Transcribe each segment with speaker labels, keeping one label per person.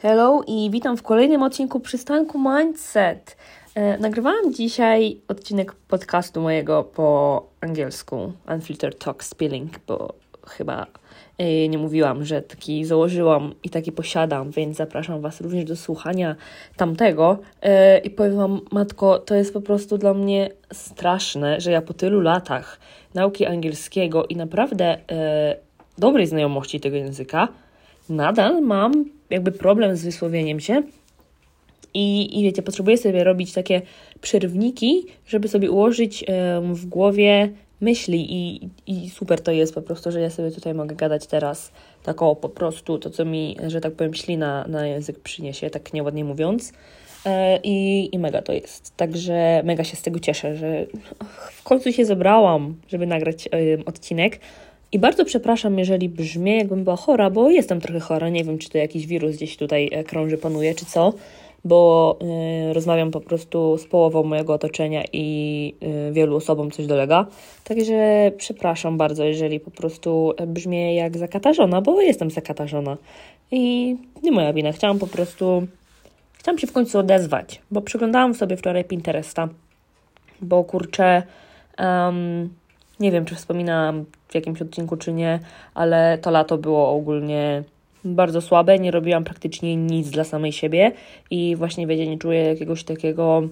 Speaker 1: Hello i witam w kolejnym odcinku Przystanku Mindset. Nagrywałam dzisiaj odcinek podcastu mojego po angielsku, Unfiltered Talk Spilling, bo chyba nie mówiłam, że taki założyłam i taki posiadam, więc zapraszam Was również do słuchania tamtego. I powiem Wam, matko, to jest po prostu dla mnie straszne, że ja po tylu latach nauki angielskiego i naprawdę dobrej znajomości tego języka nadal mam jakby problem z wysłowieniem się i wiecie, potrzebuję sobie robić takie przerwniki, żeby sobie ułożyć w głowie myśli i super to jest po prostu, że ja sobie tutaj mogę gadać teraz taką po prostu to, co mi, że tak powiem, ślina na język przyniesie, tak nieładnie mówiąc. I mega to jest. Także mega się z tego cieszę, że w końcu się zebrałam, żeby nagrać odcinek. I bardzo przepraszam, jeżeli brzmię, jakbym była chora, bo jestem trochę chora. Nie wiem, czy to jakiś wirus gdzieś tutaj krąży, panuje, czy co, bo rozmawiam po prostu z połową mojego otoczenia i wielu osobom coś dolega. Także przepraszam bardzo, jeżeli po prostu brzmię jak zakatarzona, bo jestem zakatarzona. I nie moja wina. Chciałam się w końcu odezwać, bo przeglądałam sobie wczoraj Pinteresta, bo kurczę... nie wiem, czy wspominałam w jakimś odcinku, czy nie, ale to lato było ogólnie bardzo słabe. Nie robiłam praktycznie nic dla samej siebie i właśnie, wiecie, nie czuję jakiegoś takiego...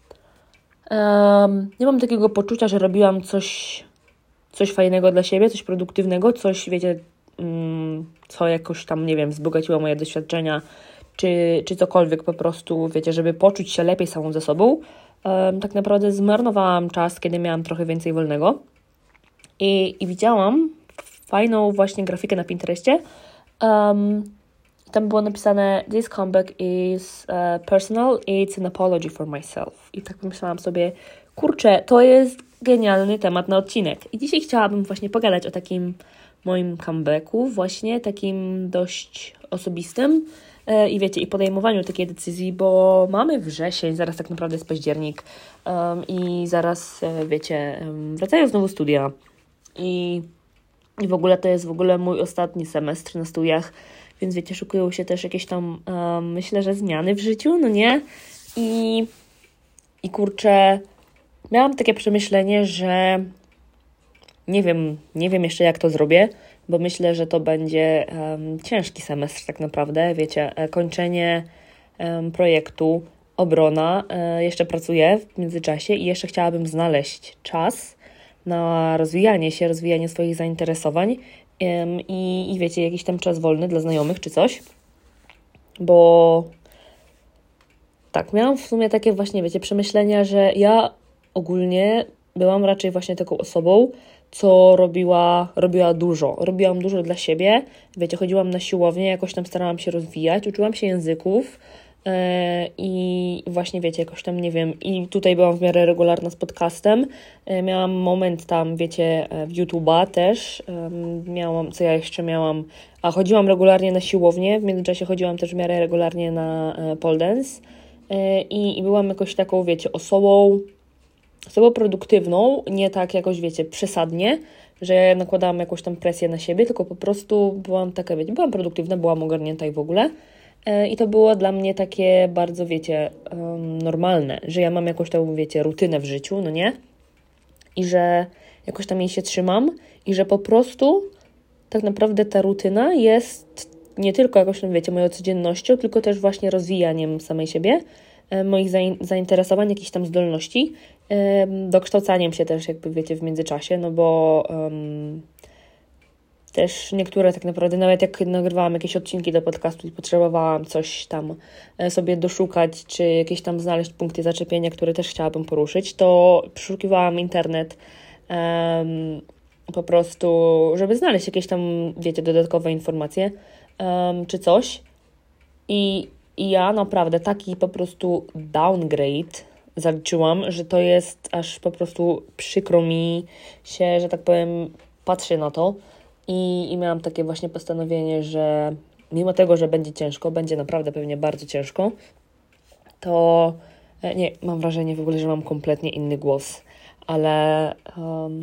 Speaker 1: nie mam takiego poczucia, że robiłam coś fajnego dla siebie, coś produktywnego, coś, wiecie, co jakoś tam, nie wiem, wzbogaciło moje doświadczenia, czy cokolwiek po prostu, wiecie, żeby poczuć się lepiej samą ze sobą. Tak naprawdę zmarnowałam czas, kiedy miałam trochę więcej wolnego. I widziałam fajną właśnie grafikę na Pinterestie. Tam było napisane "This comeback is personal, it's an apology for myself". I tak pomyślałam sobie, kurczę, to jest genialny temat na odcinek. I dzisiaj chciałabym właśnie pogadać o takim moim comebacku, właśnie takim dość osobistym. I wiecie, i podejmowaniu takiej decyzji, bo mamy wrzesień, zaraz tak naprawdę jest październik i zaraz, wiecie, wracają znowu studia. I w ogóle to jest mój ostatni semestr na studiach, więc wiecie, szykują się też jakieś tam, myślę, że zmiany w życiu, no nie? I kurczę, miałam takie przemyślenie, że nie wiem jeszcze jak to zrobię, bo myślę, że to będzie ciężki semestr tak naprawdę, wiecie, kończenie projektu, obrona, jeszcze pracuję w międzyczasie i jeszcze chciałabym znaleźć czas na rozwijanie swoich zainteresowań i wiecie, jakiś tam czas wolny dla znajomych czy coś, bo tak, miałam w sumie takie właśnie, wiecie, przemyślenia, że ja ogólnie byłam raczej właśnie taką osobą, co robiła dużo. Robiłam dużo dla siebie, wiecie, chodziłam na siłownię, jakoś tam starałam się rozwijać, uczyłam się języków i właśnie, wiecie, jakoś tam, nie wiem, i tutaj byłam w miarę regularna z podcastem. Miałam moment tam, wiecie, w YouTube'a też. Co ja jeszcze miałam? Chodziłam regularnie na siłownię, w międzyczasie chodziłam też w miarę regularnie na pole dance i byłam jakoś taką, wiecie, osobą produktywną, nie tak jakoś, wiecie, przesadnie, że nakładałam jakąś tam presję na siebie, tylko po prostu byłam taka, wiecie, byłam produktywna, byłam ogarnięta i w ogóle. I to było dla mnie takie bardzo, wiecie, normalne, że ja mam jakąś tam, wiecie, rutynę w życiu, no nie? I że jakoś tam jej się trzymam i że po prostu tak naprawdę ta rutyna jest nie tylko jakoś tam, wiecie, moją codziennością, tylko też właśnie rozwijaniem samej siebie, moich zainteresowań, jakichś tam zdolności, dokształcaniem się też, jakby, wiecie, w międzyczasie, no bo też niektóre tak naprawdę, nawet jak nagrywałam jakieś odcinki do podcastu i potrzebowałam coś tam sobie doszukać, czy jakieś tam znaleźć punkty zaczepienia, które też chciałabym poruszyć, to przeszukiwałam internet po prostu, żeby znaleźć jakieś tam, wiecie, dodatkowe informacje czy coś. I ja naprawdę taki po prostu downgrade zaliczyłam, że to jest aż po prostu przykro mi się, że tak powiem, patrzę na to i miałam takie właśnie postanowienie, że mimo tego, że będzie ciężko, będzie naprawdę pewnie bardzo ciężko, to nie, mam wrażenie w ogóle, że mam kompletnie inny głos, ale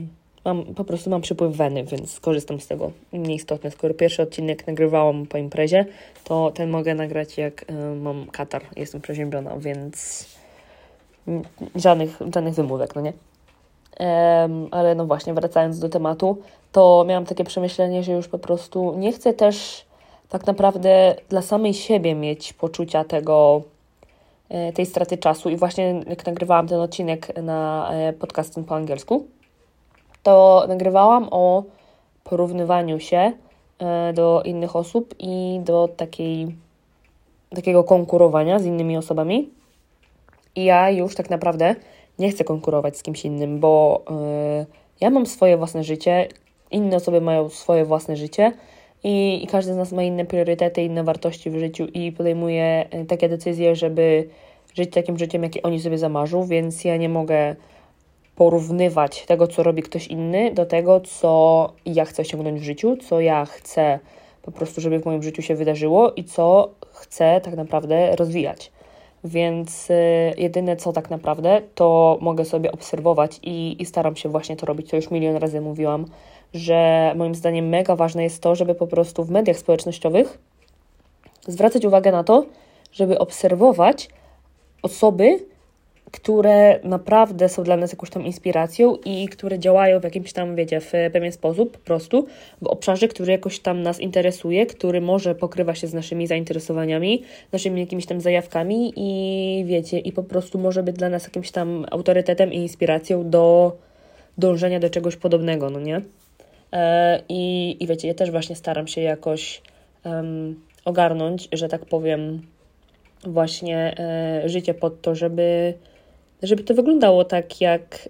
Speaker 1: po prostu mam przypływ weny, więc skorzystam z tego. Nieistotne, skoro pierwszy odcinek nagrywałam po imprezie, to ten mogę nagrać jak mam katar, jestem przeziębiona, więc żadnych wymówek, no nie? Ale no właśnie, wracając do tematu, to miałam takie przemyślenie, że już po prostu nie chcę też tak naprawdę dla samej siebie mieć poczucia tej straty czasu. I właśnie jak nagrywałam ten odcinek na podcasting po angielsku, to nagrywałam o porównywaniu się do innych osób i do takiego konkurowania z innymi osobami. I ja już tak naprawdę nie chcę konkurować z kimś innym, bo ja mam swoje własne życie, inne osoby mają swoje własne życie i każdy z nas ma inne priorytety, inne wartości w życiu i podejmuje takie decyzje, żeby żyć takim życiem, jakie oni sobie zamarzą, więc ja nie mogę porównywać tego, co robi ktoś inny, do tego, co ja chcę osiągnąć w życiu, co ja chcę po prostu, żeby w moim życiu się wydarzyło i co chcę tak naprawdę rozwijać. Więc jedyne co tak naprawdę, to mogę sobie obserwować i staram się właśnie to robić, co już milion razy mówiłam, że moim zdaniem mega ważne jest to, żeby po prostu w mediach społecznościowych zwracać uwagę na to, żeby obserwować osoby, które naprawdę są dla nas jakąś tam inspiracją i które działają w jakimś tam, wiecie, w pewien sposób po prostu w obszarze, który jakoś tam nas interesuje, który może pokrywa się z naszymi zainteresowaniami, naszymi jakimiś tam zajawkami i wiecie, i po prostu może być dla nas jakimś tam autorytetem i inspiracją do dążenia do czegoś podobnego, no nie? I wiecie, ja też właśnie staram się jakoś ogarnąć, że tak powiem, właśnie życie pod to, żeby to wyglądało tak jak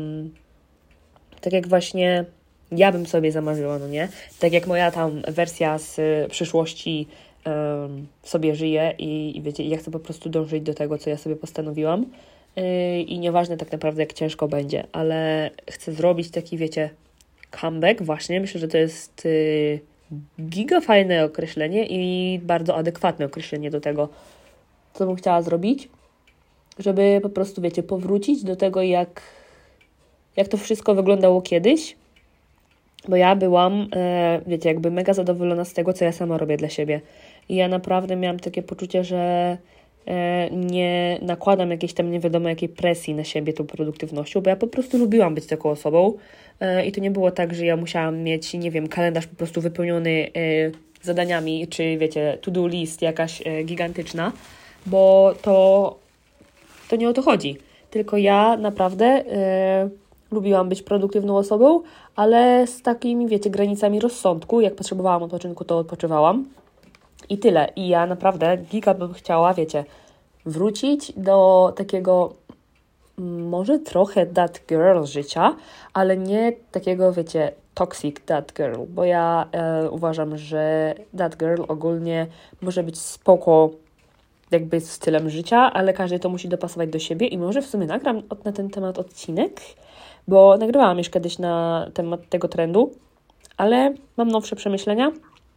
Speaker 1: właśnie ja bym sobie zamarzyła, no nie? Tak jak moja tam wersja z przyszłości sobie żyje i wiecie, ja chcę po prostu dążyć do tego, co ja sobie postanowiłam i nieważne tak naprawdę, jak ciężko będzie, ale chcę zrobić taki, wiecie, comeback właśnie. Myślę, że to jest giga fajne określenie i bardzo adekwatne określenie do tego, co bym chciała zrobić, żeby po prostu, wiecie, powrócić do tego, jak to wszystko wyglądało kiedyś, bo ja byłam, wiecie, jakby mega zadowolona z tego, co ja sama robię dla siebie. I ja naprawdę miałam takie poczucie, że nie nakładam jakiejś tam nie wiadomo jakiej presji na siebie tą produktywnością, bo ja po prostu lubiłam być taką osobą i to nie było tak, że ja musiałam mieć, nie wiem, kalendarz po prostu wypełniony zadaniami, czy wiecie, to-do list jakaś gigantyczna, bo to nie o to chodzi. Tylko ja naprawdę lubiłam być produktywną osobą, ale z takimi, wiecie, granicami rozsądku. Jak potrzebowałam odpoczynku, to odpoczywałam. I tyle. I ja naprawdę giga bym chciała, wiecie, wrócić do takiego może trochę that girl życia, ale nie takiego, wiecie, toxic that girl, bo ja uważam, że that girl ogólnie może być spoko jakby stylem życia, ale każdy to musi dopasować do siebie i może w sumie nagram na ten temat odcinek, bo nagrywałam już kiedyś na temat tego trendu, ale mam nowsze przemyślenia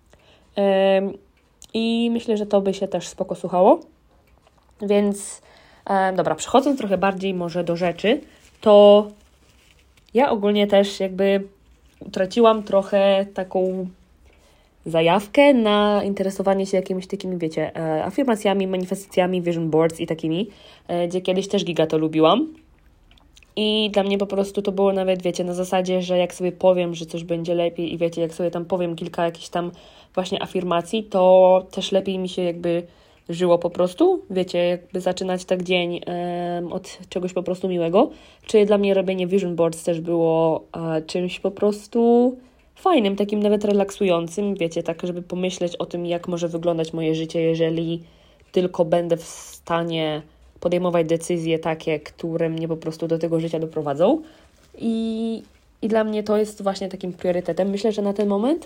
Speaker 1: i myślę, że to by się też spoko słuchało. Więc dobra, przechodząc trochę bardziej może do rzeczy, to ja ogólnie też jakby utraciłam trochę taką zajawkę na interesowanie się jakimiś takimi, wiecie, afirmacjami, manifestacjami, vision boards i takimi, gdzie kiedyś też giga to lubiłam. I dla mnie po prostu to było nawet, wiecie, na zasadzie, że jak sobie powiem, że coś będzie lepiej i wiecie, jak sobie tam powiem kilka jakichś tam właśnie afirmacji, to też lepiej mi się jakby żyło po prostu, wiecie, jakby zaczynać tak dzień od czegoś po prostu miłego. Czy dla mnie robienie vision boards też było czymś po prostu fajnym, takim nawet relaksującym, wiecie, tak, żeby pomyśleć o tym, jak może wyglądać moje życie, jeżeli tylko będę w stanie podejmować decyzje takie, które mnie po prostu do tego życia doprowadzą. I dla mnie to jest właśnie takim priorytetem. Myślę, że na ten moment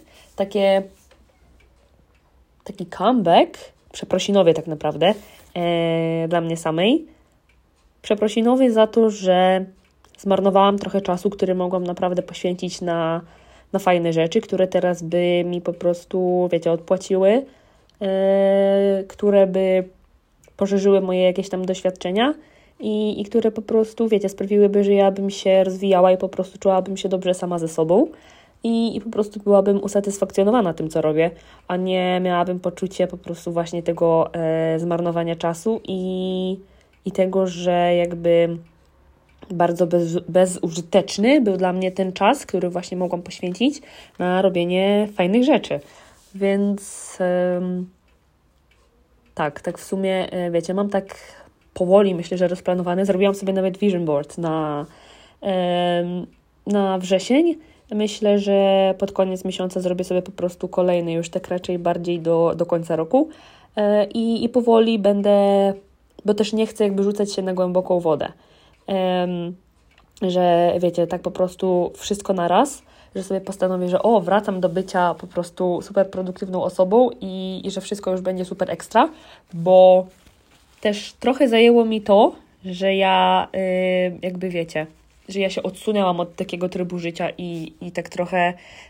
Speaker 1: taki comeback, przeprosinowie tak naprawdę, dla mnie samej. Przeprosinowie za to, że zmarnowałam trochę czasu, który mogłam naprawdę poświęcić na fajne rzeczy, które teraz by mi po prostu, wiecie, odpłaciły, które by poszerzyły moje jakieś tam doświadczenia i które po prostu, wiecie, sprawiłyby, że ja bym się rozwijała i po prostu czułabym się dobrze sama ze sobą i po prostu byłabym usatysfakcjonowana tym, co robię, a nie miałabym poczucie po prostu właśnie tego zmarnowania czasu i tego, że jakby bardzo bezużyteczny był dla mnie ten czas, który właśnie mogłam poświęcić na robienie fajnych rzeczy. Więc tak w sumie, wiecie, mam tak powoli, myślę, że rozplanowane. Zrobiłam sobie nawet vision board na wrzesień. Myślę, że pod koniec miesiąca zrobię sobie po prostu kolejny, już tak raczej bardziej do końca roku. I powoli będę, bo też nie chcę jakby rzucać się na głęboką wodę. Że wiecie, tak po prostu wszystko na raz, że sobie postanowię, że wracam do bycia po prostu super produktywną osobą i że wszystko już będzie super ekstra, bo też trochę zajęło mi to, że ja jakby wiecie, że ja się odsunęłam od takiego trybu życia i tak trochę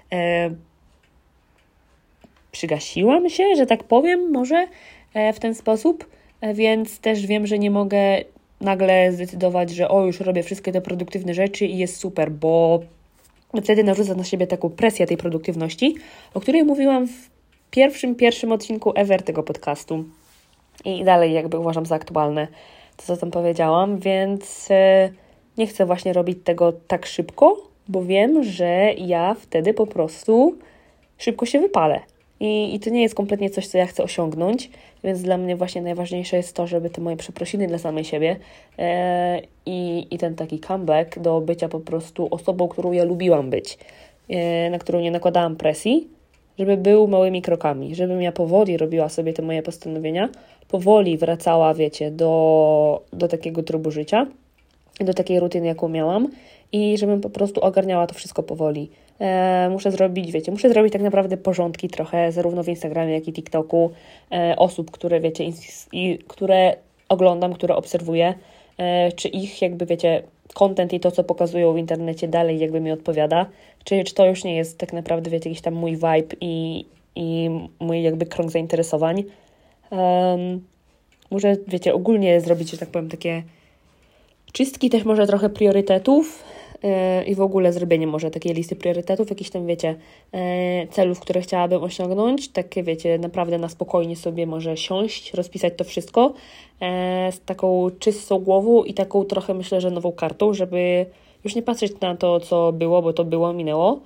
Speaker 1: przygasiłam się, że tak powiem, może w ten sposób, więc też wiem, że nie mogę nagle zdecydować, że już robię wszystkie te produktywne rzeczy i jest super, bo wtedy narzucam na siebie taką presję tej produktywności, o której mówiłam w pierwszym odcinku ever tego podcastu i dalej jakby uważam za aktualne to, co tam powiedziałam, więc nie chcę właśnie robić tego tak szybko, bo wiem, że ja wtedy po prostu szybko się wypalę. I to nie jest kompletnie coś, co ja chcę osiągnąć, więc dla mnie właśnie najważniejsze jest to, żeby te moje przeprosiny dla samej siebie i ten taki comeback do bycia po prostu osobą, którą ja lubiłam być, na którą nie nakładałam presji, żeby był małymi krokami, żebym ja powoli robiła sobie te moje postanowienia, powoli wracała, wiecie, do takiego trybu życia, do takiej rutyny, jaką miałam i żebym po prostu ogarniała to wszystko powoli. Muszę zrobić tak naprawdę porządki trochę, zarówno w Instagramie, jak i TikToku, osób, które wiecie, które oglądam, które obserwuję, czy ich jakby wiecie, content i to, co pokazują w internecie dalej jakby mi odpowiada, czy to już nie jest tak naprawdę wiecie, jakiś tam mój vibe i mój jakby krąg zainteresowań. Muszę wiecie, ogólnie zrobić, że tak powiem, takie czystki też może trochę priorytetów i w ogóle zrobienie może takiej listy priorytetów, jakichś tam wiecie, celów, które chciałabym osiągnąć, takie wiecie, naprawdę na spokojnie sobie może siąść, rozpisać to wszystko z taką czystą głową i taką trochę myślę, że nową kartą, żeby już nie patrzeć na to, co było, bo to było, minęło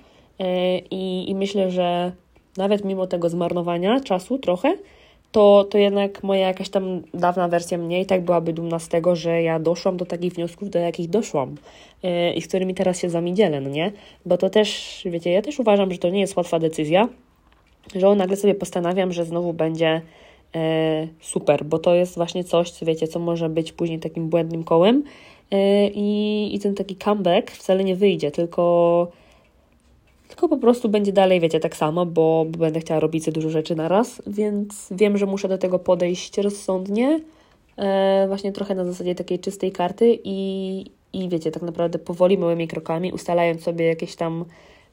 Speaker 1: i myślę, że nawet mimo tego zmarnowania czasu trochę, to jednak moja jakaś tam dawna wersja mnie i tak byłaby dumna z tego, że ja doszłam do takich wniosków, do jakich doszłam i z którymi teraz się z wami dzielę, no nie? Bo to też, wiecie, ja też uważam, że to nie jest łatwa decyzja, że nagle sobie postanawiam, że znowu będzie super, bo to jest właśnie coś, co wiecie, co może być później takim błędnym kołem i ten taki comeback wcale nie wyjdzie, tylko po prostu będzie dalej, wiecie, tak samo, bo będę chciała robić za dużo rzeczy na raz, więc wiem, że muszę do tego podejść rozsądnie, właśnie trochę na zasadzie takiej czystej karty i wiecie, tak naprawdę powoli, małymi krokami, ustalając sobie jakieś tam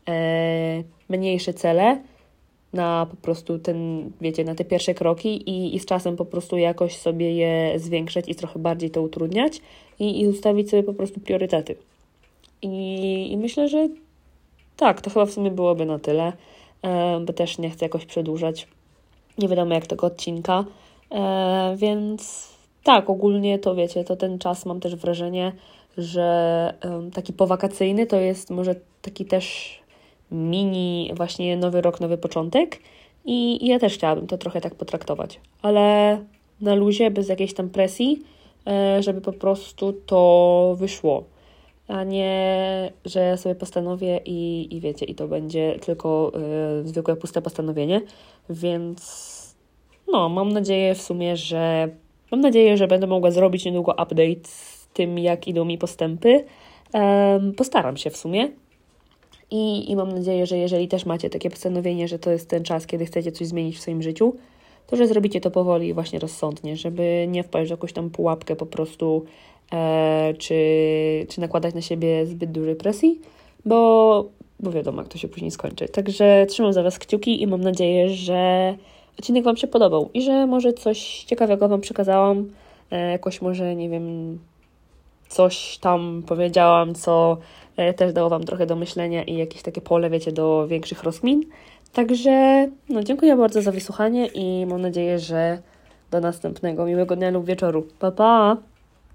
Speaker 1: mniejsze cele na po prostu wiecie, na te pierwsze kroki i z czasem po prostu jakoś sobie je zwiększać i trochę bardziej to utrudniać i ustawić sobie po prostu priorytety. I myślę, że tak, to chyba w sumie byłoby na tyle, bo też nie chcę jakoś przedłużać nie wiadomo jak tego odcinka, więc tak, ogólnie to wiecie, to ten czas mam też wrażenie, że taki powakacyjny to jest może taki też mini właśnie nowy rok, nowy początek i ja też chciałabym to trochę tak potraktować, ale na luzie, bez jakiejś tam presji, żeby po prostu to wyszło. A nie, że ja sobie postanowię i wiecie, i to będzie tylko zwykłe, puste postanowienie, więc no, mam nadzieję w sumie, że będę mogła zrobić niedługo update z tym, jak idą mi postępy. Postaram się w sumie i mam nadzieję, że jeżeli też macie takie postanowienie, że to jest ten czas, kiedy chcecie coś zmienić w swoim życiu, to że zrobicie to powoli i właśnie rozsądnie, żeby nie wpaść w jakąś tam pułapkę po prostu czy nakładać na siebie zbyt dużej presji, bo wiadomo, jak to się później skończy. Także trzymam za Was kciuki i mam nadzieję, że odcinek Wam się podobał i że może coś ciekawego Wam przekazałam, jakoś może, nie wiem, coś tam powiedziałam, co też dało Wam trochę do myślenia i jakieś takie pole, wiecie, do większych rozkmin. Także dziękuję bardzo za wysłuchanie i mam nadzieję, że do następnego miłego dnia lub wieczoru. Pa, pa!